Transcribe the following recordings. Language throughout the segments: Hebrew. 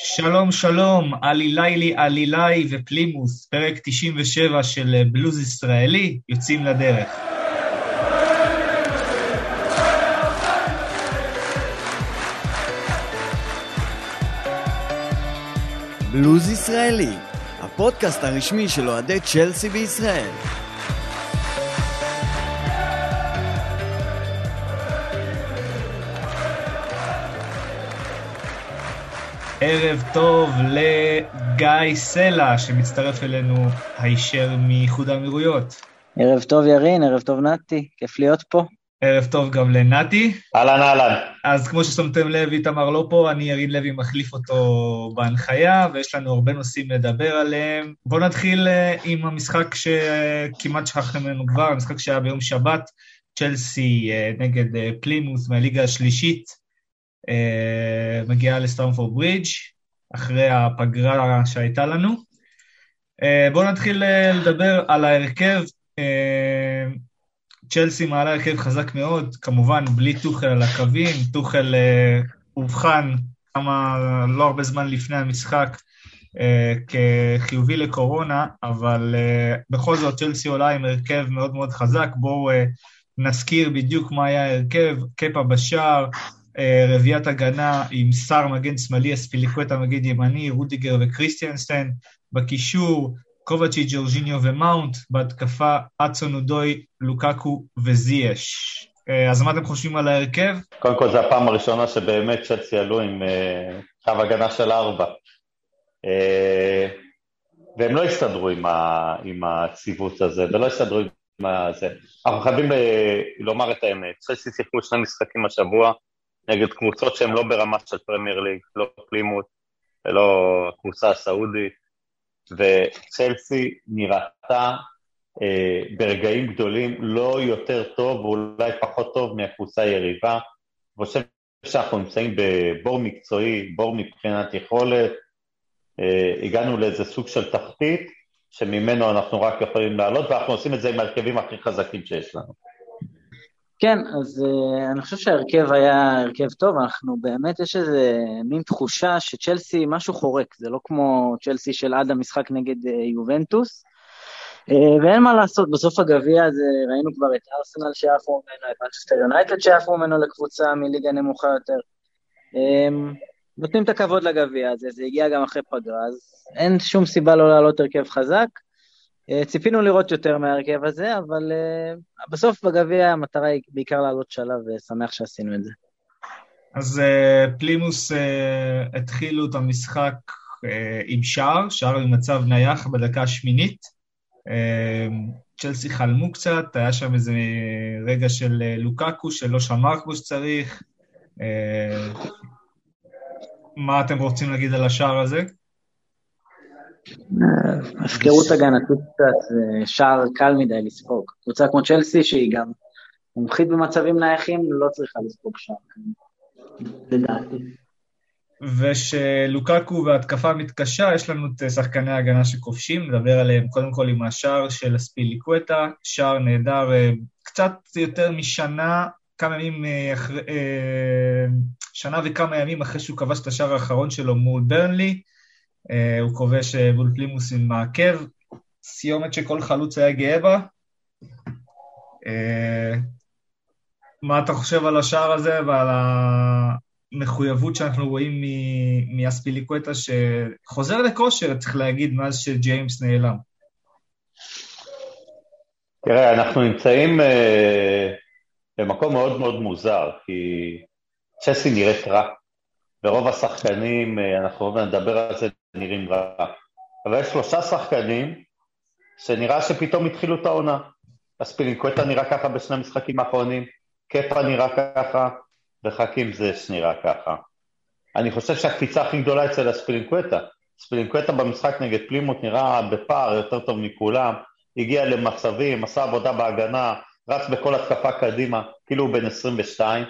שלום שלום, עלי לילי, עלי לי ופלימוס, פרק 97 של בלוז ישראלי, יוצאים לדרך. בלוז ישראלי, הפודקאסט הרשמי של אוהדי צ'לסי בישראל. ערב טוב לגיא סלע שמצטרף אלינו הישר מאיחוד האמירויות. ערב טוב ירין, ערב טוב נתי, כיף להיות פה. ערב טוב גם לנתי. אהלן. אז כמו ששמתם לב, איתמר לא פה, אני ירין לוי מחליף אותו בהנחיה, ויש לנו הרבה נושאים לדבר עליהם. בואו נתחיל עם המשחק שכמעט שכחתם ממנו כבר, המשחק שהיה ביום שבת, צ'לסי נגד פלימוס מהליגה השלישית, מגיעה לסטמפורד ברידג' אחרי הפגרה שהייתה לנו. בואו נתחיל לדבר על ההרכב. צ'לסי מעלה הרכב חזק מאוד, כמובן בלי טוחל על הקווים. טוחל הובחן לא הרבה זמן לפני המשחק כחיובי לקורונה, אבל בכל זאת צ'לסי עולה עם הרכב מאוד מאוד חזק. בואו נזכיר בדיוק מה היה ההרכב. קפה בשער, רביעת הגנה עם שר מגן שמאלי, אספיליקווטה מגן ימני, רודיגר וקריסטיאנסטן, בקישור קובצ'י, ג'ורג'יניו ומאונט, בהתקפה אצון אודוי, לוקקו וזייש. אז מה אתם חושבים על ההרכב? קודם כל, זו הפעם הראשונה שבאמת צ'לסי עלו עם קו הגנה של 4. והם לא הסתדרו עם הציוות הזה, ולא הסתדרו עם זה. אנחנו חייבים לומר את האמת. צ'לסי שיחקו 2 משחקים השבוע, נגד קבוצות שהן לא ברמה של פרמייר ליג, לא פלימות, ולא הקבוצה הסעודית, וצ'לסי נראתה ברגעים גדולים לא יותר טוב, ואולי פחות טוב מהקבוצה היריבה. אני חושב שאנחנו נמצאים בבור מקצועי, בור מבחינת יכולת, הגענו לאיזה סוג של תחתית, שממנו אנחנו רק יכולים לעלות, ואנחנו עושים את זה עם הרכבים הכי חזקים שיש לנו. כן, אז אני חושב שההרכב היה הרכב טוב. אנחנו באמת, יש איזה מין תחושה שצ'לסי משהו חורק, זה לא כמו צ'לסי של עד המשחק נגד יובנטוס, ואין מה לעשות. בסוף הגביע הזה ראינו כבר את ארסנל שעפו ממנו, את מנצ'סטר יונייטד שעפו ממנו לקבוצה מליגה נמוכה יותר. נותנים את הכבוד לגביע הזה, זה הגיע גם אחרי פגרה, אז אין שום סיבה לא לעלות הרכב חזק. ציפינו לראות יותר מהרכב הזה, אבל בסוף בגביע המטרה היא בעיקר לעלות שלב, ושמח שעשינו את זה. אז פלימוס התחילו את המשחק עם שער במצב נייח בדקה השמינית. צ'לסי חלמו קצת, היה שם איזה רגע של לוקקו שלא שמר כמו שצריך. מה אתם רוצים להגיד על השער הזה? הפקרות הגנתית קצת, שער קל מדי לספוג. קבוצה כמו צ'לסי שהיא גם מומחית במצבים נייחים, לא צריכה לספוג שער, לדעתי. ושלוקקו והתקפה מתקשה, יש לנו את שחקני ההגנה שכובשים, נדבר עליהם קודם כל עם השער של אספיליקווטה, שער נהדר, קצת יותר משנה, שנה וכמה ימים אחרי שהוא כבש את השער האחרון שלו מול ברנלי, הוא כובש מול פלימוס עם מעקב, סיומת שכל חלוץ היה גאה בה. מה אתה חושב על השער הזה ועל המחויבות שאנחנו רואים מאספיליקווטה שחוזר לכושר, צריך להגיד, מאז שג'יימס נעלם? תראה, אנחנו נמצאים במקום מאוד מאוד מוזר, כי צ'לסי נראית רע. ברוב השחקנים, אנחנו נדבר על זה, נראים רע. אבל יש 3 שחקנים שנראה שפתאום התחילו את העונה. אספיליקווטה נראה ככה בשני המשחקים האחרונים, קפה נראה ככה, וחכים זה שנראה ככה. אני חושב שהקפיצה הכי גדולה אצל אספיליקווטה. אספיליקווטה במשחק נגד פלימות נראה בפער יותר טוב מכולם, הגיע למצבים, עשה עבודה בהגנה, רץ בכל התקפה קדימה, כאילו הוא בן 22.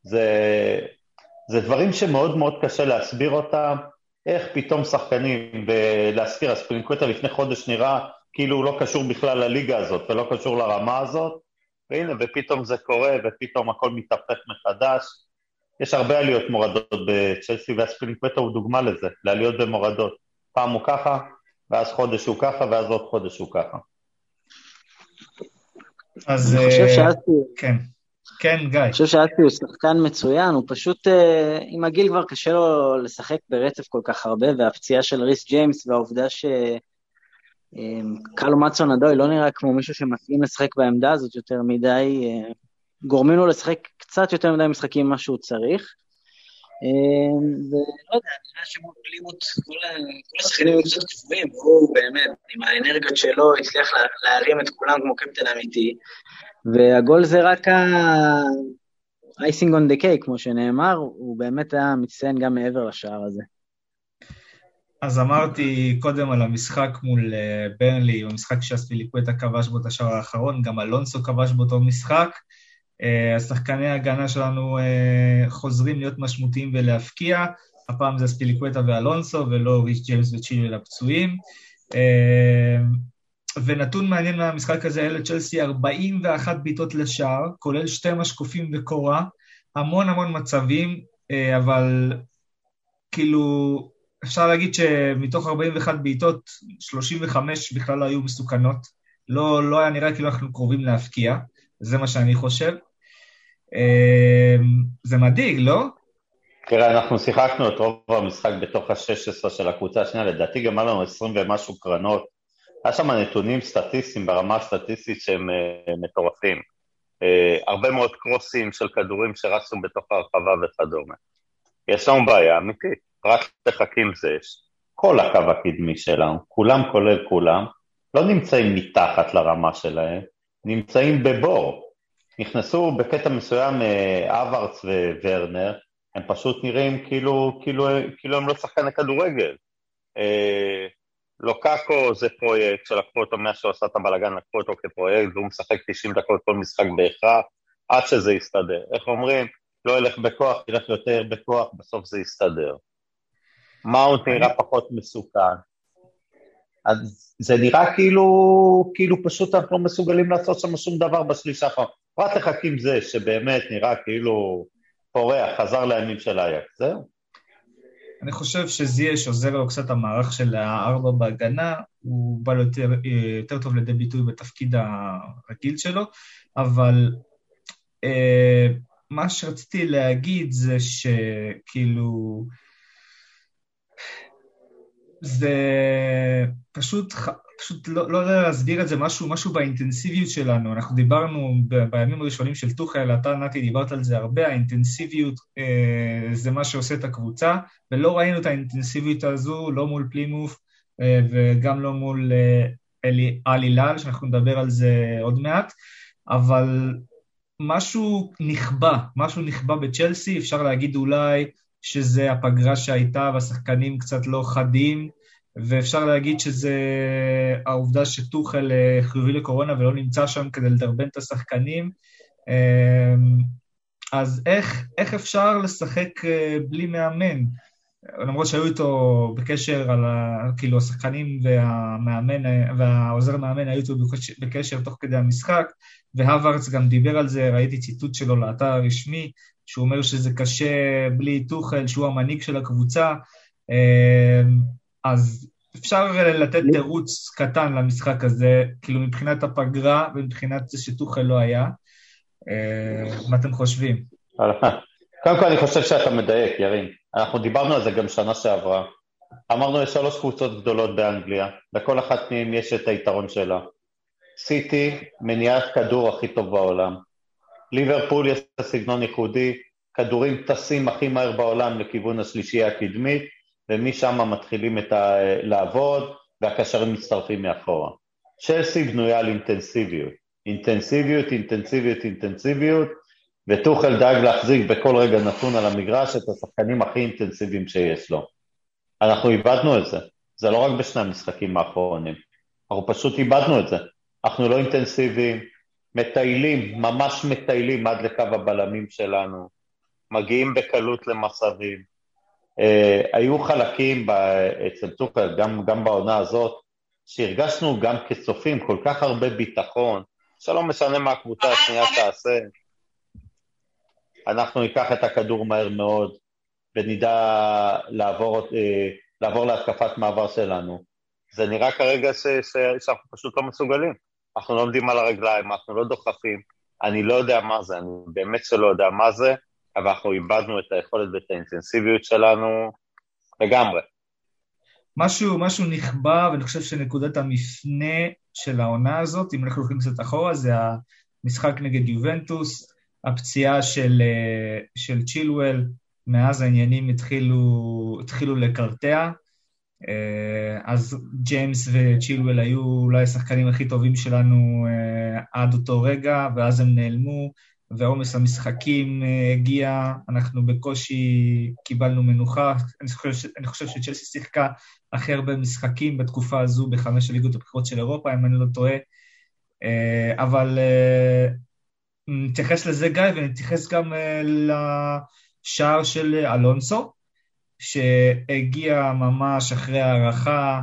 זה דברים שמאוד מאוד קשה להסביר אותם, איך פתאום שחקנים, ולהזכיר, אספיליקווטה לפני חודש נראה כאילו הוא לא קשור בכלל לליגה הזאת, ולא קשור לרמה הזאת, והנה, ופתאום זה קורה, ופתאום הכל מתהפך מחדש. יש הרבה עליות מורדות בצ'לסי, והספיליקווטה הוא דוגמה לזה, לעליות במורדות. פעם הוא ככה, ואז חודש הוא ככה, ואז עוד חודש הוא ככה. אז אני חושב שאסי... כן, גיא. אני חושב שאסי הוא שחקן מצוין, הוא פשוט, עם הגיל כבר קשה לו לשחק ברצף כל כך הרבה, והפציעה של ריס ג'יימס, והעובדה קלום אדסון-אדוי לא נראה כמו מישהו שמתאים לשחק בעמדה הזאת יותר מדי, גורמים לו לשחק קצת יותר מדי משחקים ממה שהוא צריך, ולא יודע, אני חושב שמול פלימות, כל השחקנים היו קצת קפואים, והוא באמת, עם האנרגיות שלו, הצליח להרים את כולם כמו קפטן אמיתי, והגול זה רק ה-icing on the cake, כמו שנאמר, הוא באמת היה מצטיין גם מעבר לשער הזה. אז אמרתי קודם על המשחק מול ברנלי, במשחק שהספיליקווטה כבש בו את השער האחרון, גם אלונסו כבש באותו משחק, השחקני ההגנה שלנו חוזרים להיות משמעותיים ולהפקיע, הפעם זה הספיליקווטה ואלונסו, ולא ריס ג'יימס וצ'ילואל הפצועים, ונתון מעניין מהמשחק הזה, אלה צ'לסי 41 בעיטות לשער, כולל 2 משקופים וקורה, המון מצבים, אבל כאילו אפשר להגיד שמתוך 41 בעיטות, 35 בכלל לא היו מסוכנות, לא היה נראה כאילו אנחנו קרובים להפקיע, זה מה שאני חושב. זה מדאיג, לא? תראה, אנחנו שיחקנו את רוב המשחק בתוך ה-16 של הקבוצה השנייה, לדעתי גם היה לנו 20 ומשהו קרנות, היה שם נתונים סטטיסטיים ברמה הסטטיסטית שהם מטורפים, הרבה מאוד קרוסים של כדורים שרצנו בתוך הרחבה וכדומה. יש לנו בעיה אמיתית, רק לחכים זה יש. כל הקו הקדמי שלנו, כולם כולל כולם, לא נמצאים מתחת לרמה שלהם, נמצאים בבור. נכנסו בקטע מסוים אברץ וורנר, הם פשוט נראים כאילו הם לא שחקני כדורגל. לוקאקו זה פרויקט שלקחו אותו שהוא עשה את הבלגן, לקחו אותו כפרויקט, והוא משחק 90 דקות כל משחק בהכרח, עד שזה יסתדר. איך אומרים? לא ילך בכוח, ילך יותר בכוח, בסוף זה יסתדר. מאונט נראה פחות מסוכן. אז זה נראה כאילו פשוט אנחנו לא מסוגלים לעשות שם שום דבר בשליש האחרון. רק לחכים זה שבאמת נראה כאילו פורח, חזר לימים של אייקס, זהו. אני חושב שזייה שעוזר לו קצת המערך של הארבע בהגנה, הוא בא יותר טוב לידי ביטוי בתפקיד הרגיל שלו, אבל מה שרציתי להגיד זה שכאילו, זה פשוט לא להסביר את זה, משהו באינטנסיביות שלנו. אנחנו דיברנו בימים הראשונים של טוחל, אתה נתי דיברת על זה הרבה, האינטנסיביות זה מה שעושה את הקבוצה, ולא ראינו את האינטנסיביות הזו, לא מול פלימוף וגם לא מול אל הילאל, שאנחנו נדבר על זה עוד מעט, אבל משהו נכבה בצ'לסי, אפשר להגיד אולי שזה הפגרה שהייתה והשחקנים קצת לא חדים, ואפשר להגיד שזה העובדה שטוחל חיובי לקורונה ולא נמצא שם כדי לדרבן את השחקנים. אז איך אפשר לשחק בלי מאמן? למרות שהיו איתו בקשר על כאילו השחקנים והמאמן והעוזר המאמן היו איתו בקשר תוך כדי המשחק, והוורץ גם דיבר על זה, ראיתי ציטוט שלו לאתר הרשמי, שהוא אומר שזה קשה בלי טוחל, שהוא המנהיג של הקבוצה, אז אפשר לתת תירוץ קטן למשחק הזה, כאילו מבחינת הפגרה ומבחינת זה שטוחל לא היה. מה אתם חושבים? קודם כל אני חושב שאתה מדייק, ירין. אנחנו דיברנו על זה גם שנה שעברה. אמרנו יש 3 קבוצות גדולות באנגליה, לכל אחת מהן יש את היתרון שלה. סיטי, מניעת כדור הכי טוב בעולם. ליברפול יש סגנון ייחודי, כדורים טסים הכי מהר בעולם לכיוון השלישייה הקדמית, ומשם מתחילים לעבוד, והקשרים מצטרפים מאחורה. צ'לסי בנויה על אינטנסיביות, וטוחל דאג להחזיק בכל רגע נתון על המגרש את השחקנים הכי אינטנסיביים שיש לו. אנחנו איבדנו את זה, זה לא רק בשני המשחקים האחרונים, אנחנו פשוט איבדנו את זה. אנחנו לא אינטנסיביים, ממש מטיילים עד לקו הבלמים שלנו, מגיעים בקלות למסבים. היו חלקים אצל טוחל, גם בעונה הזאת, שהרגשנו גם כצופים כל כך הרבה ביטחון, שלא משנה מה הקבוצה השנייה תעשה. אנחנו ניקח את הכדור מהר מאוד, ונדע לעבור להתקפת מעבר שלנו. זה נראה כרגע שאנחנו פשוט לא מסוגלים. אנחנו לא עומדים על הרגליים, אנחנו לא דוחפים, אני לא יודע מה זה, אני באמת שלא יודע מה זה, אבל אנחנו איבדנו את היכולת ואת האינטנסיביות שלנו לגמרי. משהו נכבה, ואני חושב שנקודת המפנה של העונה הזאת, אם אנחנו הולכים קצת אחורה, זה המשחק נגד יובנטוס, הפציעה של צ'ילואל, מאז העניינים התחילו לקרטע, אז ג'יימס וצ'ילואל היו אולי השחקנים הכי טובים שלנו עד אותו רגע, ואז הם נעלמו, ועומס המשחקים הגיע, אנחנו בקושי קיבלנו מנוחה, אני חושב שצ'לסי שיחקה הכי הרבה משחקים בתקופה הזו בחמש הליגות הבכירות של אירופה, אם אני לא טועה, אבל נתייחס לזה גיא, ונתייחס גם לשער של אלונסו, שהגיע ממש אחרי הערכה,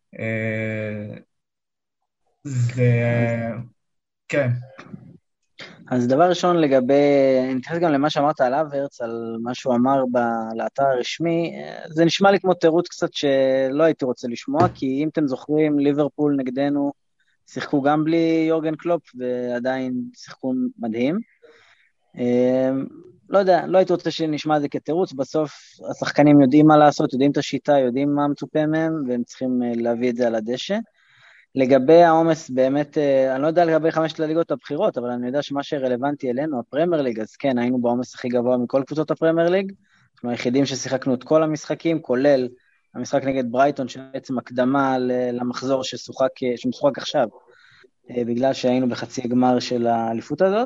כן. אז דבר ראשון לגבי, אני מתייחס גם למה שאמרת על אברץ, על מה שהוא אמר לאתר הרשמי, זה נשמע לי כמו תירוץ קצת שלא הייתי רוצה לשמוע, כי אם אתם זוכרים, ליברפול נגדנו שיחקו גם בלי יורגן קלופ, ועדיין שיחקו מדהים. לא יודע, לא הייתי רוצה שנשמע זה כתירוץ, בסוף השחקנים יודעים מה לעשות, יודעים את השיטה, יודעים מה מצופה מהם, והם צריכים להביא את זה על הדשא. לגבי העומס, באמת, אני לא יודע לגבי 5 הליגות הבחירות, אבל אני יודע שמה שרלוונטי אלינו, הפרמייר ליג, אז כן, היינו בעומס הכי גבוה מכל קבוצות הפרמייר ליג, אנחנו היחידים ששיחקנו את כל המשחקים, כולל המשחק נגד ברייטון, שבעצם הקדמה למחזור שמשוחק עכשיו, בגלל שהיינו בחצי גמר של האליפות הזאת.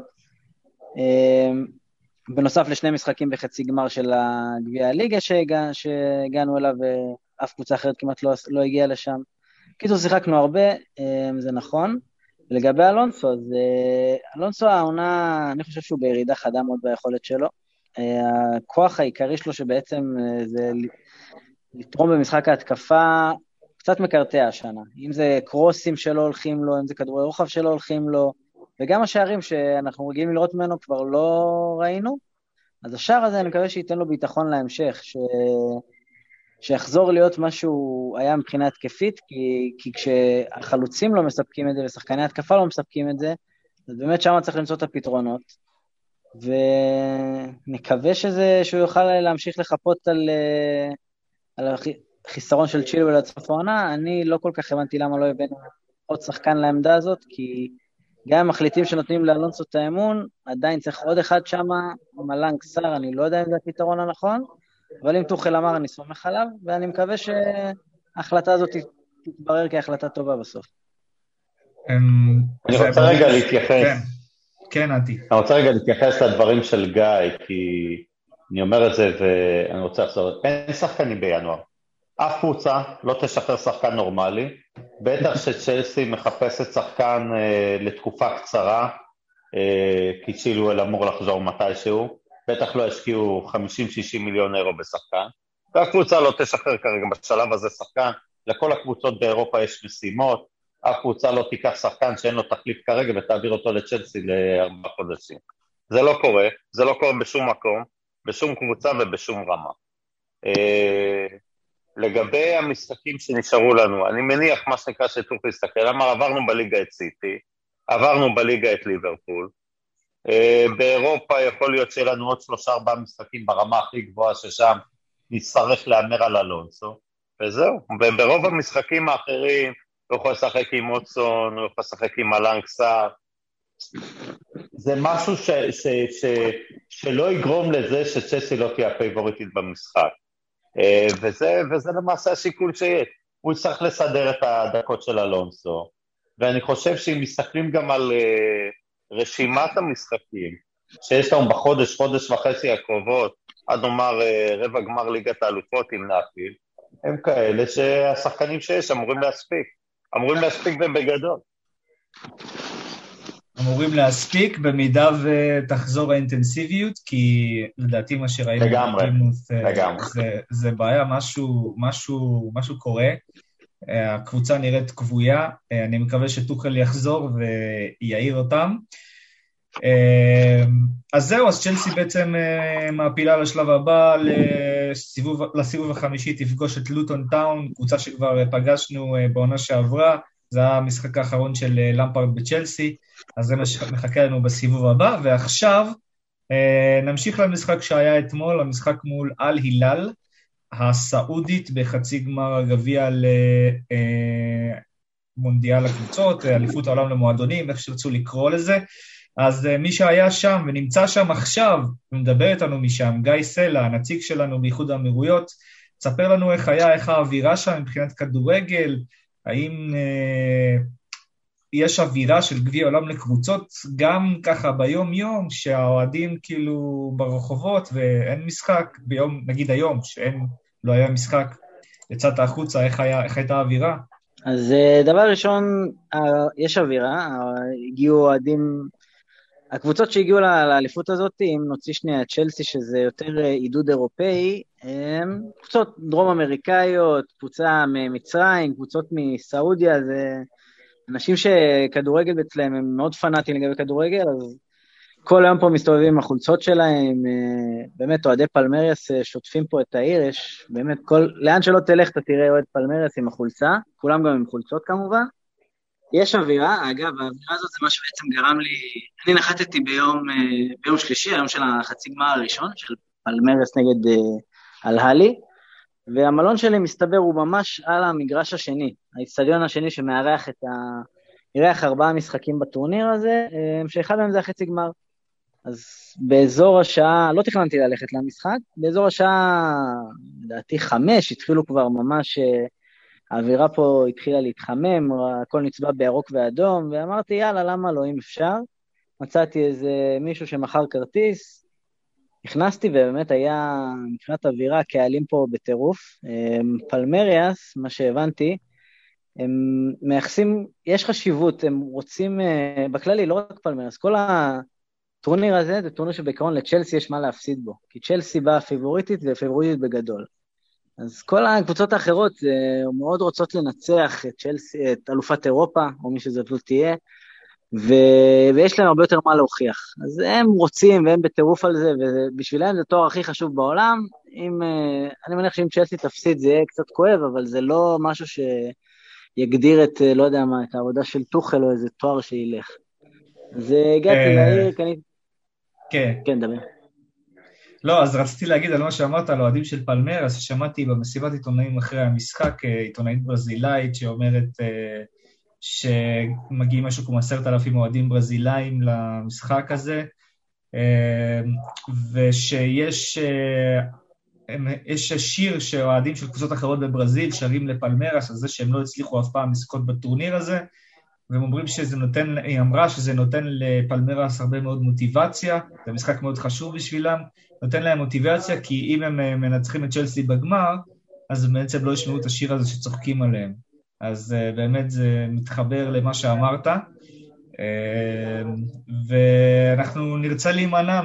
בנוסף לשני משחקים בחצי גמר של הגביע הליגה שהגענו אליו, ואף קבוצה אחרת כמעט לא הגיעה לשם. קיצור, שיחקנו הרבה, זה נכון. לגבי אלונסו, אז אלונסו העונה, אני חושב שהוא בירידה חדה מאוד ביכולת שלו. הכוח העיקרי שלו שבעצם זה לתרום במשחק ההתקפה, קצת מקרטע השנה. אם זה קרוסים שלא הולכים לו, אם זה כדורי רוחב שלא הולכים לו, וגם השערים שאנחנו רגילים לראות ממנו כבר לא ראינו. אז השער הזה אני מקווה שייתן לו ביטחון להמשך, שיחזור להיות משהו היה מבחינה התקפית, כי כשהחלוצים לא מספקים את זה, ושחקני התקפה לא מספקים את זה, אז באמת שם צריך למצוא את הפתרונות, ונקווה שהוא יוכל להמשיך לחפות על החיסרון של צ'ילואל עד סוף העונה. אני לא כל כך הבנתי למה לא הבאנו עוד שחקן לעמדה הזאת, כי גם אם מחליטים שנותנים לאלונסו את האמון, עדיין צריך עוד אחד שם, מלנג שר, אני לא יודע אם זה הפתרון הנכון, אבל אם תוכל אמר, אני סומך עליו, ואני מקווה שההחלטה הזאת תתברר כהחלטה טובה בסוף. אני רוצה רגע להתייחס. כן, עדי. אני רוצה רגע להתייחס לדברים של גיא, כי אני אומר את זה ואני רוצה לחזור. אין שחקנים בינואר. אף קבוצה לא תשחרר שחקן נורמלי, בטח שצ'לסי מחפשת שחקן לתקופה קצרה, כי צ'ילואל אמור לחזור מתישהו, בטח לא השקיעו 50-60 מיליון אירו בשחקן, והקבוצה לא תשחרר כרגע בשלב הזה שחקן, לכל הקבוצות באירופה יש משימות, אף קבוצה לא תיקח שחקן שאין לו תחליף כרגע ותעביר אותו לצ'לסי ל4 חודשים. זה לא קורה, זה לא קורה בשום מקום, בשום קבוצה ובשום רמה. לגבי המשחקים שנשארו לנו, אני מניח מה שנקרא שתוך להסתכל, אמר עברנו בליגה את סיטי, עברנו בליגה את ליברפול, באירופה יכול להיות שיהיה לנו עוד 3-4 משחקים ברמה הכי גבוהה ששם נצטרך לאמר על אלונסו, וזהו, וברוב המשחקים האחרים הוא יכול לשחק עם אוטסון, הוא יכול לשחק עם מלנג שר, זה משהו שלא יגרום לזה שצ'לסי לא תהיה הפייבוריטית במשחק. וזה למעשה השיקול שיש, הוא יצטרך לסדר את הדקות של אלונסו, ואני חושב שאם מסתכלים גם על רשימת המשחקים שיש לנו חודש וחצי הקרובות, עד נאמר רבע גמר ליגת האלופות עם נאפיל, הם כאלה שהשחקנים שיש אמורים להספיק בגדול. אמורים להספיק במידה ותחזור האינטנסיביות, כי לדעתי מה שראינו זה בעיה, משהו קורה, הקבוצה נראית כבויה, אני מקווה שטוחל יחזור ויעיר אותם. אז זהו, אז צ'לסי בעצם מעפילה לשלב הבא, לסיבוב החמישי תפגוש את לוטון טאון, קבוצה שכבר פגשנו בעונה שעברה, זה המשחק האחרון של למפרד בצ'לסי, אז זה מה שמחכה לנו בסיבוב הבא, ועכשיו נמשיך למשחק שהיה אתמול, המשחק מול אל הילל, הסעודית בחצי גמר הגביע למונדיאל הקבוצות, אליפות העולם למועדונים, איך שרצו לקרוא לזה, אז מי שהיה שם ונמצא שם עכשיו, ומדבר איתנו משם, גיא סלע, הנציג שלנו באיחוד האמירויות, תספר לנו איך האווירה שם מבחינת כדורגל, האם יש אווירה של גביע עולם לקבוצות, גם ככה ביום יום, שהאוהדים כאילו ברחובות ואין משחק, ביום, נגיד היום, לא היה משחק, יצאת החוצה, איך הייתה האווירה? אז דבר ראשון, יש אווירה, הגיעו אוהדים, הקבוצות שהגיעו לאליפות הזאת, אם נוציא שנייה את צ'לסי, שזה יותר עידוד אירופאי, קבוצות דרום אמריקאיות, קבוצה ממצרים, קבוצות מסעודיה, זה אנשים שכדורגל אצלהם הם מאוד פנאטים לגבי כדורגל, אז כל היום פה מסתובבים עם החולצות שלהם, באמת אוהדי פלמריאס שוטפים פה את העיר, יש באמת לאן שלא תלך אתה תראה אוהד פלמריאס עם החולצה, כולם גם עם חולצות כמובן, יש אווירה, אגב, האווירה הזאת זה מה שבעצם גרם לי, אני נחתתי ביום שלישי, היום של החצי גמר הראשון, של פלמריאס נגד אל-הלי, והמלון שלי מסתבר הוא ממש על המגרש השני, האצטדיון השני שמארח אירח 4 משחקים בטורניר הזה, שאחד מהם זה החצי גמר. אז באזור השעה, לא תכננתי ללכת למשחק, באזור השעה, לדעתי 5, התחילו כבר ממש, האווירה פה התחילה להתחמם, הכל נצבע בירוק ואדום, ואמרתי יאללה, למה לא, אם אפשר. מצאתי איזה מישהו שמחר כרטיס, נכנסתי ובאמת היה מבחינת אווירה, קהלים פה בטירוף, פלמריאס, מה שהבנתי, הם מייחסים, יש חשיבות, הם רוצים, בכללי, לא רק פלמריאס, כל הטורניר הזה, זה טורניר שבעיקרון לצ'לסי יש מה להפסיד בו, כי צ'לסי באה פיבוריטית ופיבוריטית בגדול. אז כל הקבוצות האחרות מאוד רוצות לנצח את צ'לסי, את אלופת אירופה, או מי שזאת לא תהיה, ויש להם הרבה יותר מה להוכיח. אז הם רוצים והם בטירוף על זה, ובשבילם זה תואר הכי חשוב בעולם. אני מניח שאם צ'לסי תפסיד זה יהיה קצת כואב, אבל זה לא משהו שיגדיר את, לא יודע מה, את העבודה של טוחל או איזה תואר שילך. אז הגעתי לעיר, כן, דבר. לא, אז רציתי להגיד על מה שאמרת, על אוהדים של פלמריאס, שמעתי במסיבת עיתונאים אחרי המשחק, עיתונאית ברזילאית שאומרת שמגיעים משהו כמו 10,000 אוהדים ברזילאים למשחק הזה, ושיש שיר שאוהדים של קבוצות אחרות בברזיל שרים לפלמריאס, על זה שהם לא הצליחו אף פעם לזכות בטורניר הזה, והם אומרים שזה נותן, היא אמרה שזה נותן לפלמריאס הרבה מאוד מוטיבציה, זה משחק מאוד חשוב בשבילם, נותן להם מוטיבציה, כי אם הם מנצחים את צ'לסי בגמר, אז הם בעצם לא ישמעו את השיר הזה שצוחקים עליהם. אז באמת זה מתחבר למה שאמרת, ואנחנו נרצה להימנע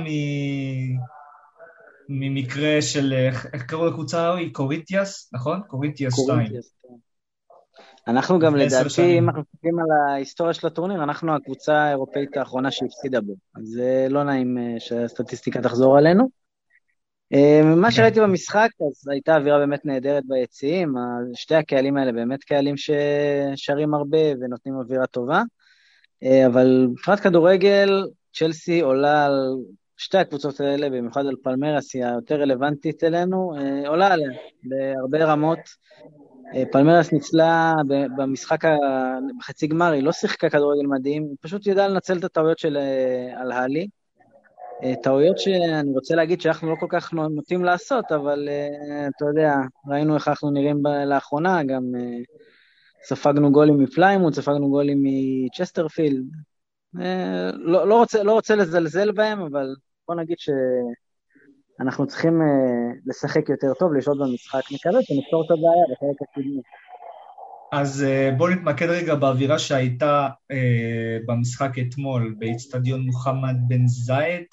ממקרה של, איך קראו לקבוצה ההיא? קוריטיאס, נכון? קוריטיאס 2. אנחנו גם לדעתי, אם אנחנו חושבים על ההיסטוריה של הטורניר, אנחנו הקבוצה האירופאית האחרונה שהפסידה בו, אז זה לא נעים שהסטטיסטיקה תחזור עלינו. מה שראיתי במשחק, אז הייתה אווירה באמת נהדרת ביציעים, שתי הקהלים האלה באמת קהלים ששרים הרבה ונותנים אווירה טובה, אבל מבחינת כדורגל, צ'לסי עולה על שתי הקבוצות האלה, במיוחד על פלמריאס, היא היותר רלוונטית אלינו, עולה עליה בהרבה רמות. פלמריאס ניצלה במשחק בחצי גמר, היא לא שיחקה כדורגל מדהים, היא פשוט ידעה לנצל את הטעויות של אל-הלי, טעויות שאני רוצה להגיד שאנחנו לא כל כך נוטים לעשות, אבל אתה יודע, ראינו איך אנחנו נראים לאחרונה, גם ספגנו גולים מפליימוט, ספגנו גולים מצ'סטרפילד, לא רוצה לזלזל בהם, אבל בוא נגיד שאנחנו צריכים לשחק יותר טוב, לשלוט במשחק, מקווה שנפתור את הבעיה בחלק הקדמי. אז בואו נתמקד רגע באווירה שהייתה במשחק אתמול, באצטדיון מוחמד בן זאיד.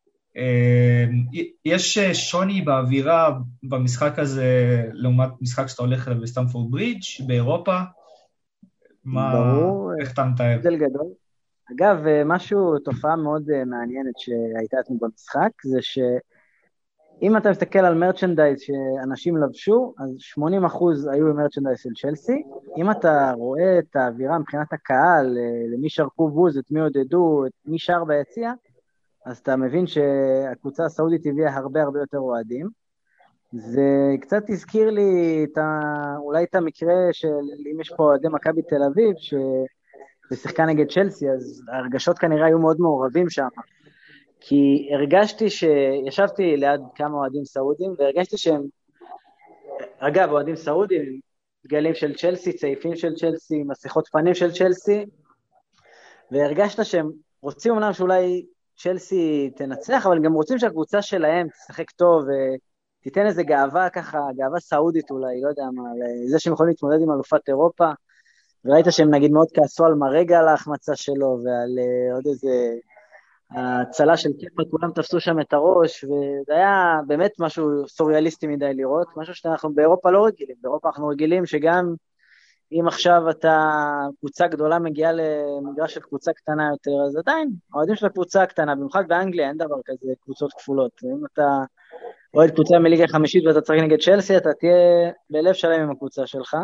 יש שוני באווירה במשחק הזה, לעומת משחק שאתה הולך אליו בסטמפורד ברידג' באירופה? ברור, איך אתה מתאר? הבדל גדול. אגב, תופעה מאוד מעניינת שהייתה אתנו במשחק, זה שאם אתה מסתכל על מרצ'נדייז שאנשים לבשו, אז 80% היו מרצ'נדייז של צ'לסי. אם אתה רואה את האווירה מבחינת הקהל, למי שרקו בוז, את מי עודדו, את מי שר ביציע, אז אתה מבין שהקבוצה הסעודית הביאה הרבה יותר אוהדים. זה קצת הזכיר לי אולי את המקרה של אם יש פה אוהדי מכבי תל אביב, ששיחקה נגד צ'לסי, אז הרגשות כנראה היו מאוד מעורבים שם. כי הרגשתי שישבתי ליד כמה אוהדים סעודים, והרגשתי שהם, אגב, אוהדים סעודים, דגלים של צ'לסי, צעיפים של צ'לסי, מסכות פנים של צ'לסי, והרגשת שהם רוצים אומנם שאולי צ'לסי תנצח, אבל גם רוצים שהקבוצה שלהם תשחק טוב, ותיתן איזה גאווה ככה, גאווה סעודית אולי, לא יודע מה, זה שהם יכולים להתמודד עם אלופת אירופה, וראית שהם נגיד מאוד כעסו על מרגע על ההחמצה שלו, ועל עוד איזה הצלה של קפה, כולם תפסו שם את הראש, וזה היה באמת משהו סוריאליסטי מדי לראות, משהו שאנחנו באירופה לא רגילים, באירופה אנחנו רגילים שגם אם עכשיו קבוצה גדולה מגיעה למגרש של קבוצה קטנה יותר, אז עדיין, האוהדים של הקבוצה הקטנה, במיוחד באנגליה אין דבר כזה קבוצות כפולות, אם אתה אוהד קבוצה מליגה חמישית ואתה צריך נגד צ'לסי, אתה תהיה בלב שלם עם הקבוצה שלך,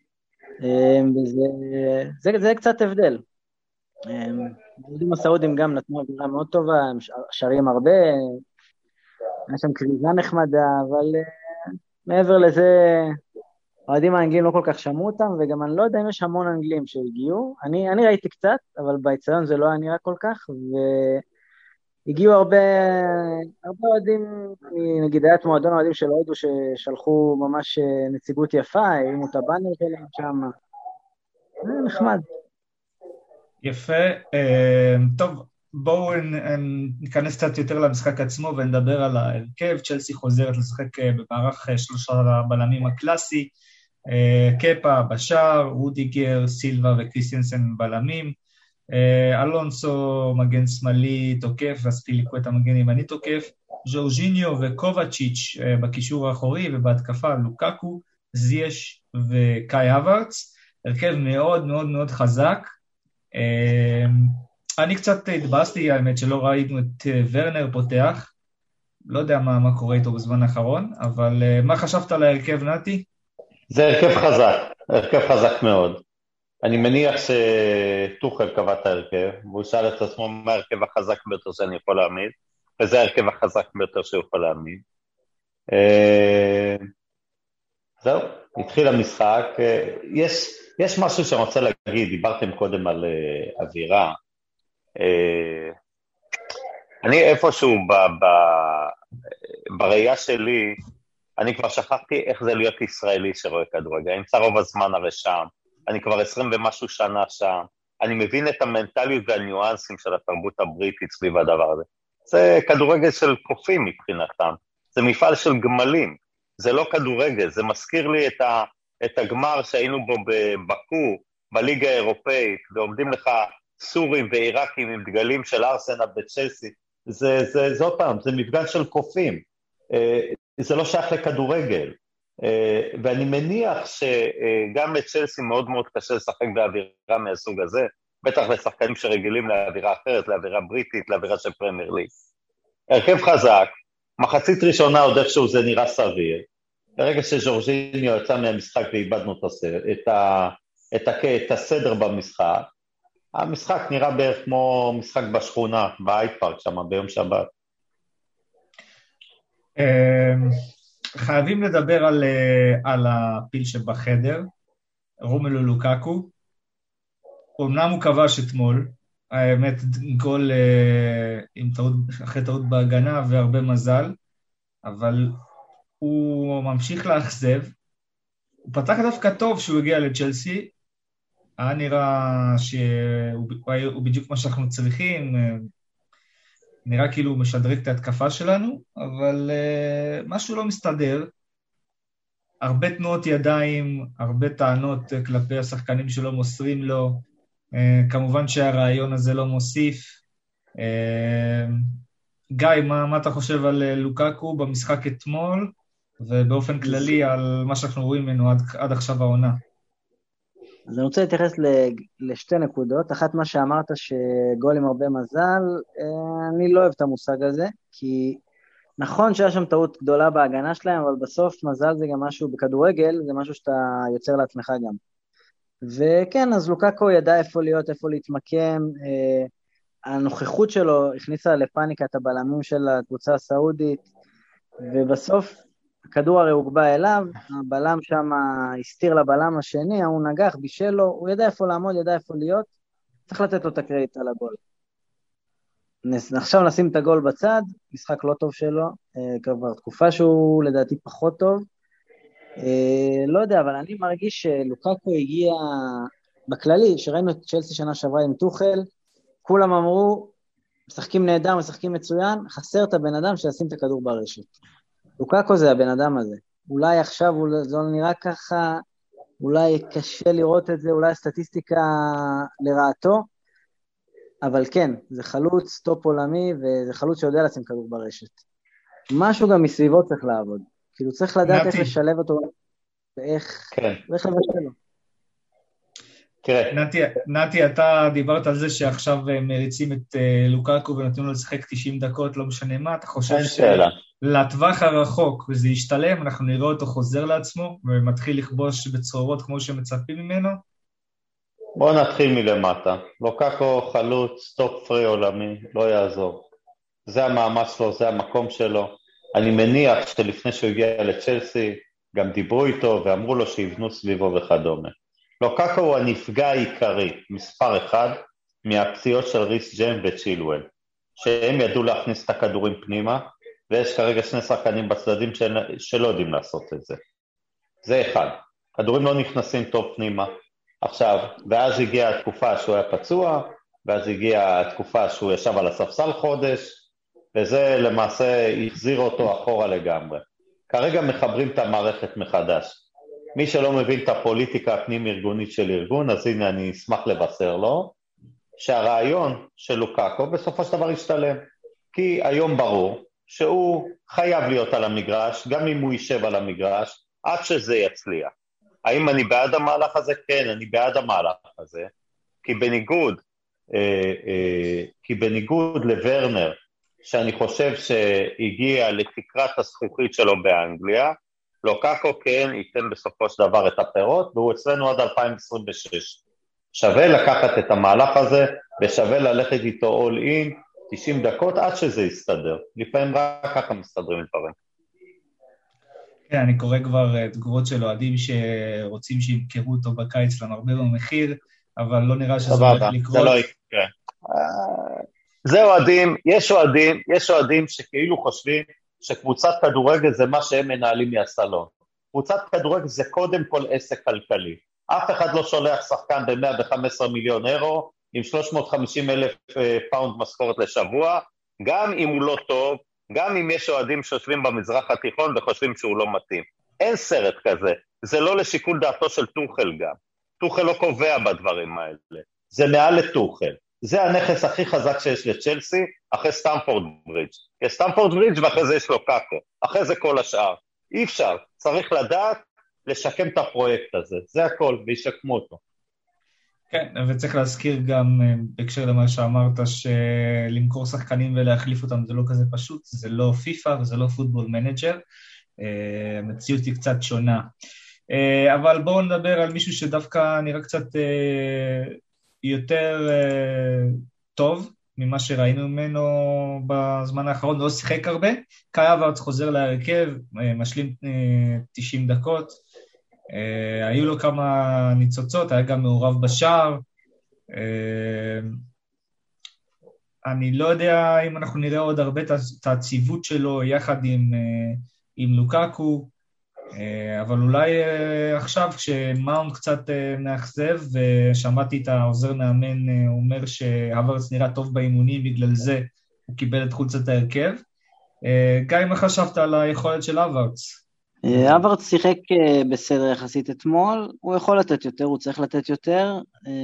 וזה קצת הבדל. האוהדים הסעודים גם נתנו אווירה מאוד טובה, הם שרים הרבה, היה שם כריזה נחמדה, אבל מעבר לזה, האוהדים האנגלים לא כל כך שמעו אותם, וגם אני לא יודע אם יש המון אנגלים שהגיעו, אני ראיתי קצת, אבל באצטדיון זה לא היה נראה כל כך, והגיעו הרבה אוהדים, נגיד היה את מועדון האוהדים של הודו ששלחו ממש נציגות יפה, הרימו את הבאנר שלהם שם, נחמד. יפה, טוב, בואו ניכנס קצת יותר למשחק עצמו ונדבר על ההרכב. צ'לסי חוזרת לשחק במערך 3 הבלמים הקלאסי, קפה בשער, רודיגר, סילבה וקריסטיאנסן בלמים, אלונסו מגן שמאלי תוקף, ואספיליקווטה מגן ימני תוקף, ז'ורג'יניו וקובצ'יץ' בקישור האחורי, ובהתקפה לוקאקו, זייש וקאי הוורץ. הרכב מאוד מאוד מאוד חזק. אני קצת התבאסתי, האמת שלא ראינו את ורנר פותח, לא יודע מה קורה איתו בזמן האחרון, אבל מה חשבת על ההרכב, נתי? זה הרכב חזק מאוד. אני מניח שטוחל קבע את ההרכב, והוא שאל את עצמו מה ההרכב החזק ביותר שאני יכול להעמיד, וזה ההרכב החזק ביותר שהוא יכול להעמיד. זהו, התחיל המשחק. יש משהו שאני רוצה להגיד, דיברתם קודם על אווירה. אני איפשהו בראייה שלי, אני כבר שכחתי איך זה להיות ישראלי שרואה כדורגל. אני נמצא רוב הזמן הרי שם, אני כבר 20 ומשהו שנה שם, אני מבין את המנטליות והניואנסים של התרבות הבריטית סביב הדבר הזה. זה כדורגל של קופים מבחינתם, זה מפעל של גמלים, זה לא כדורגל, זה מזכיר לי את הגמר שהיינו בו בבקו, בליגה האירופאית, ועומדים לך סורים ועיראקים עם דגלים של ארסנל וצ'לסי, זה עוד פעם, זה מפגן של קופים, זה לא שייך לכדורגל, ואני מניח שגם לצ'לסי מאוד מאוד קשה לשחק באווירה מהסוג הזה, בטח לשחקנים שרגילים לאווירה אחרת, לאווירה בריטית, לאווירה של פרמייר ליג. הרכב חזק, מחצית ראשונה עוד איכשהו זה נראה סביר, ברגע שז'ורג'יניו יצא מהמשחק ואיבדנו את הסדר במשחק, המשחק נראה בערך כמו משחק בשכונה, בהייד פארק שם, ביום שבת. חייבים לדבר על הפיל שבחדר, רומלו לוקאקו. אומנם הוא כבש אתמול, האמת גול אחרי טעות בהגנה והרבה מזל, אבל הוא ממשיך לאכזב. הוא פתח דווקא טוב שהוא הגיע לצ'לסי, היה נראה שהוא בדיוק מה שאנחנו צריכים, נראה כאילו הוא משדרג את ההתקפה שלנו, אבל משהו לא מסתדר. הרבה תנועות ידיים, הרבה טענות כלפי השחקנים שלא מוסרים לו, כמובן שהרעיון הזה לא מוסיף. גיא, מה אתה חושב על לוקאקו במשחק אתמול, ובאופן כללי על מה שאנחנו רואים ממנו עד עכשיו העונה? אז אני רוצה להתייחס לשתי נקודות. אחת, מה שאמרת שגול עם הרבה מזל, אני לא אוהב את המושג הזה, כי נכון שהיה שם טעות גדולה בהגנה שלהם, אבל בסוף מזל זה גם משהו בכדורגל, זה משהו שאתה יוצר לעצמך גם. וכן, אז לוקאקו ידע איפה להיות, איפה להתמקם, הנוכחות שלו הכניסה לפאניקה את הבלמים של הקבוצה הסעודית, ובסוף הכדור הרי הוגבה אליו, הבלם שם הסתיר לבלם השני, הוא נגח, בישל לו, הוא ידע איפה לעמוד, ידע איפה להיות, צריך לתת לו את הקרדיט על הגול. עכשיו נשים את הגול בצד, משחק לא טוב שלו, כבר תקופה שהוא לדעתי פחות טוב, לא יודע, אבל אני מרגיש שלוקאקו הגיע בכללי, שראינו את צ'לסי שנה שעברה עם טוחל, כולם אמרו, משחקים נהדר, משחקים מצוין, חסר את הבן אדם שישים את הכדור ברשת. לוקאקו זה הבן אדם הזה. אולי עכשיו זה לא נראה ככה, אולי קשה לראות את זה, אולי הסטטיסטיקה לרעתו, אבל כן, זה חלוץ טופ עולמי, וזה חלוץ שיודע לשים כדור ברשת. משהו גם מסביבו צריך לעבוד. כאילו צריך לדעת איך לשלב אותו, ואיך לבשל לו. תראה, נתי, אתה דיברת על זה שעכשיו מריצים את לוקאקו ונתנו לו לשחק 90 דקות, לא משנה מה, אתה חושב שלטווח הרחוק, וזה ישתלם, אנחנו נראה אותו חוזר לעצמו, ומתחיל לכבוש בצרורות כמו שמצפים ממנו? בואו נתחיל מלמטה. לוקאקו חלוץ, טופ פרי עולמי, לא יעזור. זה המאמץ שלו, זה המקום שלו. אני מניח שלפני שהוא הגיע לצ'לסי, גם דיברו איתו ואמרו לו שיבנו סביבו וכדומה. לוקאקו הוא הנפגע העיקרי, מספר אחד, מהפציעות של ריס ג'יימס וצ'ילואל, שהם ידעו להכניס את הכדורים פנימה, ויש כרגע שני שחקנים בצדדים שלא יודעים לעשות את זה. זה אחד. כדורים לא נכנסים טוב פנימה. עכשיו, ואז הגיעה התקופה שהוא היה פצוע, ואז הגיעה התקופה שהוא ישב על הספסל חודש, וזה למעשה החזיר אותו אחורה לגמרי. כרגע מחברים את המערכת מחדש. מי שלא מבין את הפוליטיקה הפנים-ארגונית של ארגון, אז הנה אני אשמח לבשר לו, שהרעיון של לוקאקו בסופו של דבר ישתלם. כי היום ברור שהוא חייב להיות על המגרש, גם אם הוא יישב על המגרש, עד שזה יצליח. האם אני בעד המהלך הזה? כן, אני בעד המהלך הזה. כי בניגוד לוורנר, שאני חושב שהגיע לתקרת הזכוכית שלו באנגליה, לוקאקו כן ייתן בסופו של דבר את הפירות, והוא אצלנו עד 2026. שווה לקחת את המהלך הזה, ושווה ללכת איתו all in, 90 דקות עד שזה יסתדר. לפעמים רק ככה מסתדרים דברים. כן, אני קורא כבר תגובות של אוהדים שרוצים שימכרו אותו בקיץ למרבה במחיר, אבל לא נראה שזה הולך לקרות. זה לא יקרה. זה אוהדים, יש אוהדים שכאילו חושבים שקבוצת כדורגל זה מה שהם מנהלים מהסלון. קבוצת כדורגל זה קודם כל עסק כלכלי. אף אחד לא שולח שחקן ב-115 מיליון אירו, עם 350,000 פאונד משכורת לשבוע, גם אם הוא לא טוב, גם אם יש אוהדים שיושבים במזרח התיכון וחושבים שהוא לא מתאים. אין סרט כזה, זה לא לשיקול דעתו של טוחל גם. טוחל לא קובע בדברים האלה, זה מעל לטוחל. זה הנכס הכי חזק שיש לצ'לסי, אחרי סטמפורד ברידג'. כי סטמפורד ברידג' ואחרי זה יש לוקאקו, אחרי זה כל השאר. אי אפשר, צריך לדעת לשקם את הפרויקט הזה, זה הכל, וישקמו אותו. כן, וצריך להזכיר גם בהקשר למה שאמרת, שלמכור שחקנים ולהחליף אותם זה לא כזה פשוט, זה לא פיפה וזה לא פוטבול מנג'ר, המציאות היא קצת שונה. אבל בואו נדבר על מישהו שדווקא נראה קצת יותר טוב ממה שראינו ממנו בזמן האחרון, לא שיחק הרבה, קאי הווארדס חוזר להרכב, משלים 90 דקות, היו לו כמה ניצוצות, היה גם מעורב בשער, אני לא יודע אם אנחנו נראה עוד הרבה את הציוות שלו יחד עם לוקאקו, אבל אולי עכשיו כשמאונט קצת מאכזב, ושמעתי את העוזר מאמן אומר שהווארדס נראה טוב באימונים, בגלל זה הוא קיבל את חולצת ההרכב. גיא, מה חשבת על היכולת של הווארדס? הווארדס שיחק בסדר יחסית אתמול, הוא יכול לתת יותר, הוא צריך לתת יותר,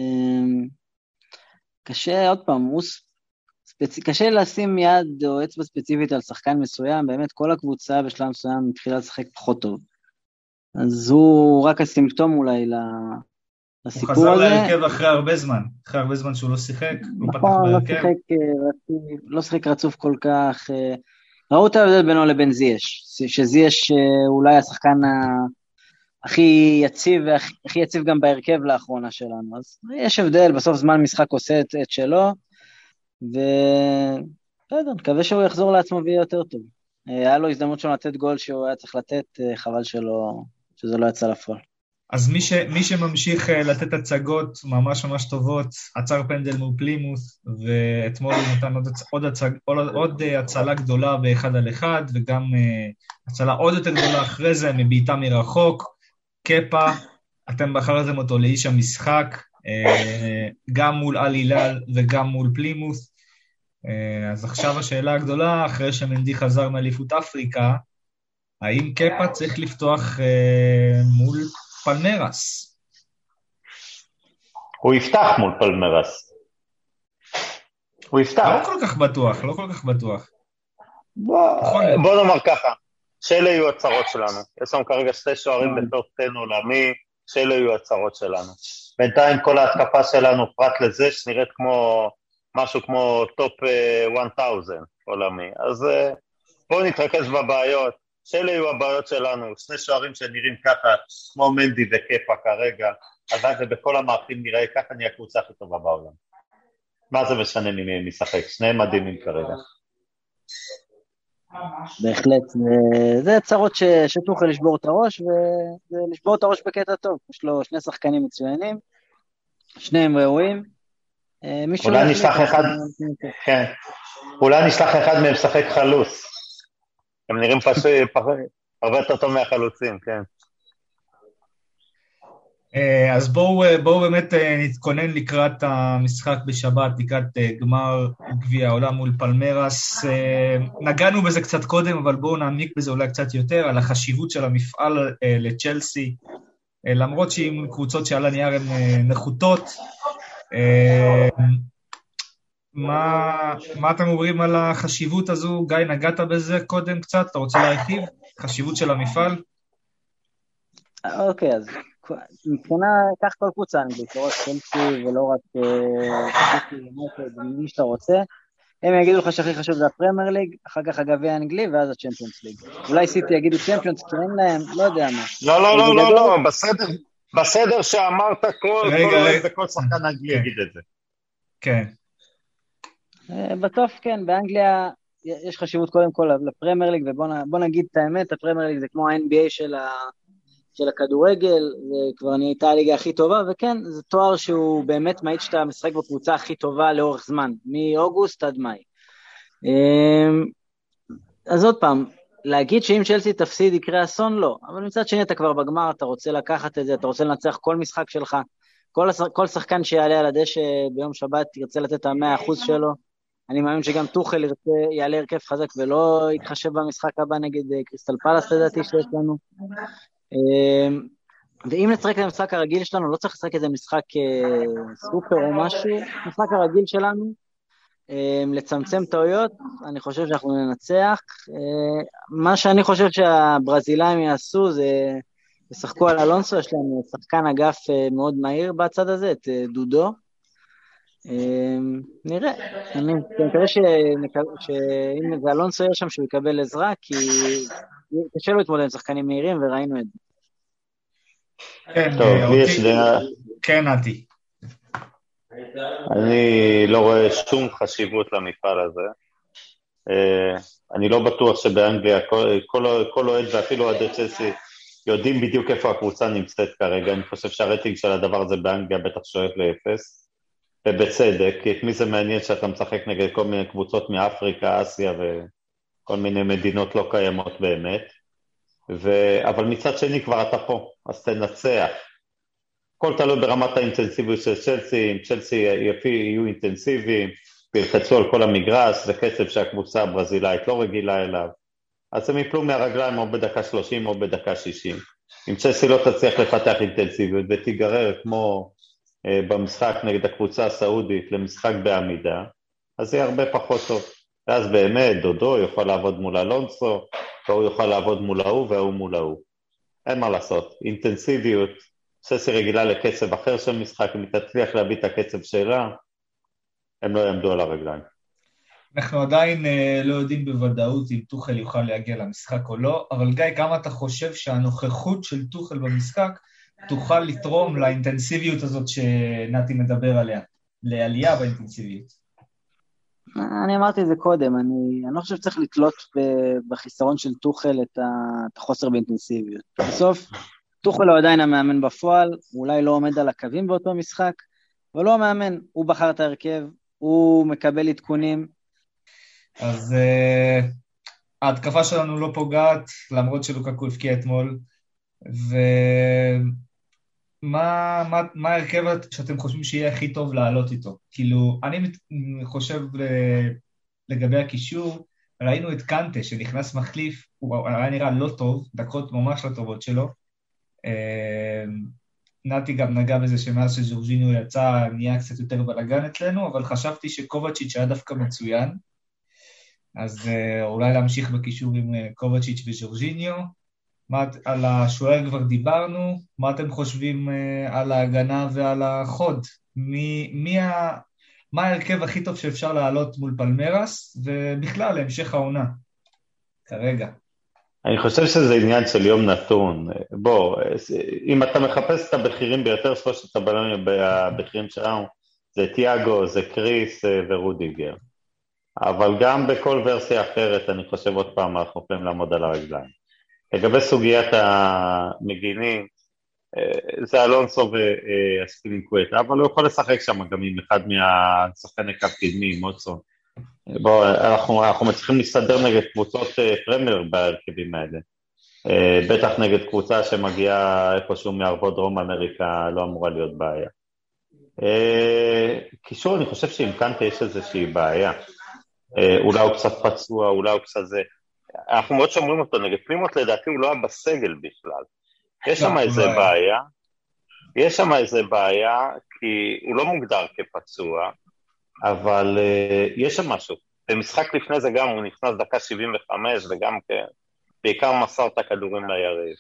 קשה, עוד פעם, קשה לשים יד או אצבע ספציפית על שחקן מסוים, באמת כל הקבוצה בשלב מסוים מתחילה לשחק פחות טוב, אז הוא רק הסימפטום אולי הוא חזר להרכב אחרי הרבה זמן שהוא לא שיחק, הוא פתח בהרכב. לא שיחק רצוף כל כך, ראו את ההבדל בינו לבין זייש, שזייש אולי השחקן הכי יציב גם בהרכב לאחרונה שלנו, אז יש הבדל, בסוף זמן משחק עושה את שלו, ובסדר, מקווה שהוא יחזור לעצמו ויהיה יותר טוב. היה לו הזדמנות שלו לתת גול שהוא היה צריך לתת, חבל שזה לא יצא לפועל. אז מי שממשיך לתת הצגות ממש ממש טובות, עצר פנדל מול פלימוס, ואתמול הוא נתן עוד הצלה גדולה באחד על אחד, וגם הצלה עוד יותר גדולה אחרי זה, מבעיטה מרחוק, קפה, אתם בחרתם אותו לאיש המשחק, גם מול אל הילל וגם מול פלימוס, אז עכשיו השאלה הגדולה, אחרי שמנדי חזר מאליפות אפריקה, האם קפה צריך לפתוח מול פלמרס? הוא יפתח מול פלמרס. הוא יפתח. לא כל כך בטוח. בוא נאמר ככה, שאלה יהיו הצרות שלנו. יש לנו כרגע 2 שוערים בתוך 10 עולמי, שאלה יהיו הצרות שלנו. בינתיים כל ההתקפה שלנו, פרט לזה, שנראית כמו משהו כמו טופ 1000 עולמי. אז בואו נתרכז בבעיות. שאלה יהיו הבעיות שלנו, 2 שוערים שנראים ככה, כמו מנדי וקפה כרגע, אז זה בכל המערכים נראה ככה נהיה הקבוצה הכי טובה בעולם. מה זה משנה מי משחק? 2 מדהימים כרגע. בהחלט, זה הצרות שטוחל לשבור את הראש, ולשבור את הראש בקטע טוב, יש לו 2 שחקנים מצוינים, 2 ראויים, אולי נשלח אחד, כן, אולי נשלח אחד מהם משחק חלוץ, הם נראים פשוט הרבה יותר טוב מהחלוצים, כן. אז בואו באמת נתכונן לקראת המשחק בשבת, לקראת גמר גביע העולם מול פלמרס. נגענו בזה קצת קודם, אבל בואו נעמיק בזה אולי קצת יותר, על החשיבות של המפעל לצ'לסי, למרות שעם קבוצות שעל הנייר הן נחותות. מה אתם אומרים על החשיבות הזו? גיא, נגעת בזה קודם קצת, אתה רוצה להרחיב? חשיבות של המפעל? אוקיי, אז מבחינה, כך כל קבוצה אנגלית, לא רק צ'לסי ולא רק מי שאתה רוצה, הם יגידו לך שהכי חשוב זה הפרמייר ליג, אחר כך הגביע האנגלי ואז הצ'מפיונס ליג. אולי סיטי יגידו צ'מפיונס, כי אין להם, לא יודע מה. לא, בסדר שאמרת כל שחקן אנגלי יגיד את זה. כן. בסוף כן, באנגליה יש חשיבות קודם כל לפרמייר ליג, ובוא נגיד את האמת, הפרמייר ליג זה כמו ה-NBA של הכדורגל, זה כבר נהייתה הליגה הכי טובה, וכן, זה תואר שהוא באמת מעיד שאתה משחק בקבוצה הכי טובה לאורך זמן, מאוגוסט עד מאי. אז עוד פעם, להגיד שאם צ'לסי תפסיד יקרה אסון, לא, אבל מצד שני אתה כבר בגמר, אתה רוצה לקחת את זה, אתה רוצה לנצח כל משחק שלך, כל שחקן שיעלה על הדשא ביום שבת ירצה לתת 100% שלו, אני מאמין שגם טוחל יעלה הרכב חזק ולא יתחשב במשחק הבא נגד קריסטל פלאס לדעתי שיש לנו. ואם נצחק את המשחק הרגיל שלנו, לא צריך לשחק איזה משחק סופר או משהו, המשחק הרגיל שלנו, לצמצם טעויות, אני חושב שאנחנו ננצח. מה שאני חושב שהברזילאים יעשו זה ישחקו על אלונסו, יש להם שחקן אגף מאוד מהיר בצד הזה, את דודו. נראה, אני מקווה שאם זה אלונסו יש שם שהוא יקבל עזרה, כי קשה לו להתמודד עם שחקנים מהירים וראינו את זה. כן, נתי. אני לא רואה שום חשיבות למפעל הזה. אני לא בטוח שבאנגליה כל אוהד ואפילו אוהדי צ'לסי יודעים בדיוק איפה הקבוצה נמצאת כרגע. אני חושב שהרייטינג של הדבר הזה באנגליה בטח שואף ל0, ובצדק, כי את מי זה מעניין שאתה משחק נגד כל מיני קבוצות מאפריקה, אסיה וכל מיני מדינות לא קיימות באמת. אבל מצד שני כבר אתה פה, אז תנצח. כל תלוי ברמת האינטנסיביות של צ'לסי, אם צ'לסי יהיו אינטנסיביים, וילחצו על כל המגרש, זה קצב שהקבוצה הברזילאית לא רגילה אליו, אז הם יפלו מהרגליים או בדקה 30 או בדקה 60. אם צ'לסי לא תצליח לפתח אינטנסיביות ותיגרר כמו במשחק נגד הקבוצה הסעודית למשחק בעמידה, אז זה הרבה פחות טוב. ואז באמת דודו יוכל לעבוד מול אלונסו, והוא יוכל לעבוד מול ההוא והוא מול ההוא. אין מה לעשות, אינטנסיביות צ'לסי רגילה לקצב אחר של משחק, אם היא תצליח להביא את הקצב שלה, הם לא יעמדו על הרגליים. אנחנו עדיין לא יודעים בוודאות אם טוחל יוכל להגיע למשחק או לא, אבל גיא, כמה אתה חושב שהנוכחות של טוחל במשחק תוכל לתרום לאינטנסיביות הזאת שנתי מדבר עליה, לעלייה באינטנסיביות? אני אמרתי את זה קודם, אני לא חושב שצריך לתלות בחיסרון של טוחל את החוסר באינטנסיביות. בסוף, טוחל הוא עדיין המאמן בפועל, הוא אולי לא עומד על הקווים באותו משחק, אבל לא המאמן, הוא בחר את ההרכב, הוא מקבל עדכונים. אז ההתקפה שלנו לא פוגעת, למרות שלוקקו הפקיע אתמול, ומה ההרכב שאתם חושבים שיהיה הכי טוב לעלות איתו? כאילו, אני חושב לגבי הקישור, ראינו את קנטה שנכנס מחליף, הוא היה נראה לא טוב, דקות ממש לא טובות שלו, נתי גם נגע בזה שמאז שז'ורג'יניו יצא נהיה קצת יותר בלגן אצלנו, אבל חשבתי שקובצ'יץ' היה דווקא מצוין, אז אולי להמשיך בקישור עם קובצ'יץ' וז'ורג'יניו. על השוער כבר דיברנו, מה אתם חושבים על ההגנה ועל החוד? מה ההרכב הכי טוב שאפשר לעלות מול פלמרס, ובכלל להמשך העונה, כרגע? אני חושב שזה עניין של יום נתון. בוא, אם אתה מחפש את הבכירים ביותר, שלושת הבכירים שלנו, זה תיאגו, זה קריס ורודיגר. אבל גם בכל ורסיה אחרת, אני חושב עוד פעם, אנחנו יכולים לעמוד על הרגליים. לגבי סוגיית המגינים, זה אלונסו והספילינקווט, אבל הוא יכול לשחק שם גם עם אחד מהשחקני קו קדמי, מוצון. בוא, אנחנו מצליחים להסתדר נגד קבוצות פרמייר בהרכבים האלה. בטח נגד קבוצה שמגיעה איפשהו מערבות דרום אמריקה, לא אמורה להיות בעיה. קישור, אני חושב שעם קנטה יש איזושהי בעיה. אולי הוא קצת פצוע, אולי הוא קצת זה. אנחנו מאוד שומרים אותו נגד פלימות, לדעתי הוא לא היה בסגל בכלל. יש שם איזה בעיה. יש שם איזה בעיה, כי הוא לא מוגדר כפצוע, אבל יש שם משהו. במשחק לפני זה גם הוא נכנס דקה 75, וגם בעיקר מסר את הכדורים ליריב.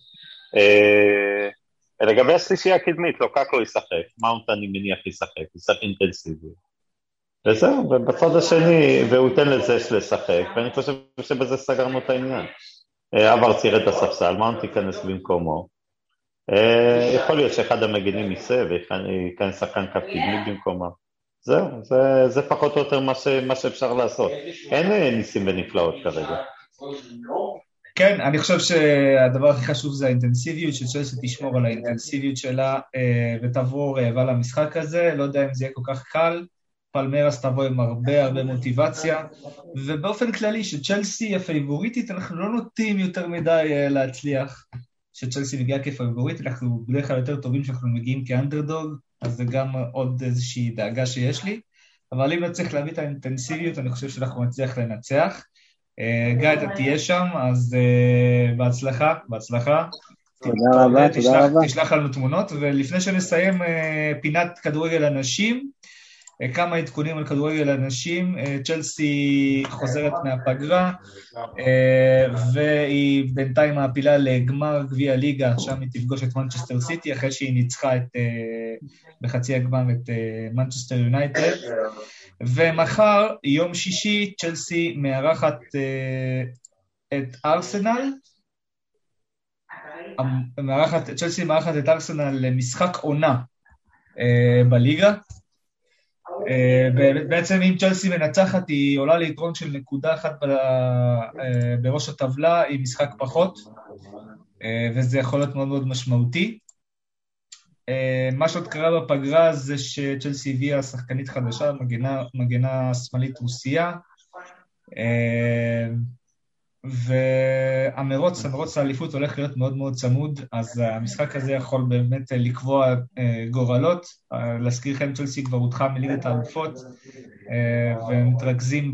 לגבי השלישייה הקדמית, לוקקו ישחק, מאונט אני מניח ישחק אינטנסיבי. וזהו, ובצד השני, והוא ייתן לזה לשחק, ואני חושב שבזה סגרנו את העניין. עבר ציר את הספסל, מאונט ייכנס במקומו. יכול להיות שאחד המגינים ייסה, וייכנס שחקן קו קדמי במקומו. זהו, זה פחות או יותר מה שאפשר לעשות. אין ניסים ונפלאות כרגע. כן, אני חושב שהדבר הכי חשוב זה האינטנסיביות, שצ'לסי תשמור על האינטנסיביות שלה, ותעבור רעבה למשחק הזה, לא יודע אם זה יהיה כל כך קל, פלמרס תבוא עם הרבה מוטיבציה, ובאופן כללי שצ'לסי הפייבוריטית, אנחנו לא נוטים יותר מדי להצליח, שצ'לסי מגיעה כפייבוריטית, אנחנו בדרך כלל יותר טובים שאנחנו מגיעים כאנדרדוג, אז זה גם עוד איזושהי דאגה שיש לי, אבל אם נצליח להביא את האינטנסיביות, אני חושב שאנחנו נצליח לנצח. גיא, אתה תהיה שם, אז בהצלחה. תודה רבה. תשלח לנו תמונות, ולפני שנסיים פינת כדורגל אנשים, כמה עדכונים על כדורגל אנשים, צ'לסי חוזרת מהפגרה, והיא בינתיים מעפילה לגמר גביע הליגה, שם היא תפגוש את מנצ'סטר סיטי, אחרי שהיא ניצחה בחצי הגמר את מנצ'סטר יונייטד, ומחר, יום שישי, צ'לסי מארחת את ארסנל, צ'לסי מארחת את ארסנל למשחק עונה בליגה, בעצם אם צ'לסי מנצחת היא עולה ליתרון של נקודה אחת בראש הטבלה עם משחק פחות, וזה יכול להיות מאוד מאוד משמעותי. מה שעוד קרה בפגרה זה שצ'לסי הביאה שחקנית חדשה, מגנה שמאלית רוסיה, והמרוץ לאליפות הולך להיות מאוד מאוד צמוד, אז המשחק הזה יכול באמת לקבוע גורלות. להזכירכם, צ'לסי כבר הודחה מליגת האלופות, ומתרכזים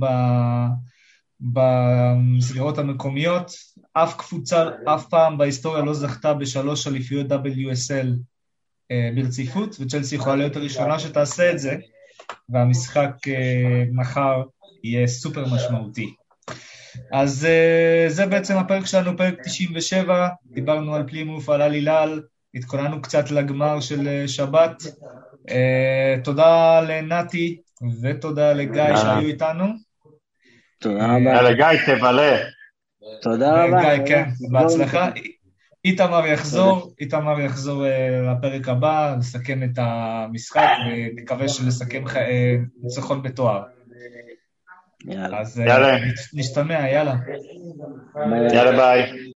במסגרות המקומיות. אף קבוצה, אף פעם בהיסטוריה לא זכתה ב3 אליפויות WSL ברציפות, וצ'לסי יכולה להיות הראשונה שתעשה את זה, והמשחק מחר יהיה סופר משמעותי. אז זה בעצם הפרק שלנו, פרק 97, דיברנו על פלימוף, על אל-הילאל, התכוננו קצת לגמר של שבת. תודה לנתי, ותודה לגיא שהיו איתנו. תודה רבה. יאללה, גיא, תבלה. תודה רבה. גיא, כן, בהצלחה. איתמר יחזור לפרק הבא, לסכם את המשחק, ונקווה שלסכם ניצחון בתואר. יאללה. אז נשתמע, יאללה. יאללה, ביי.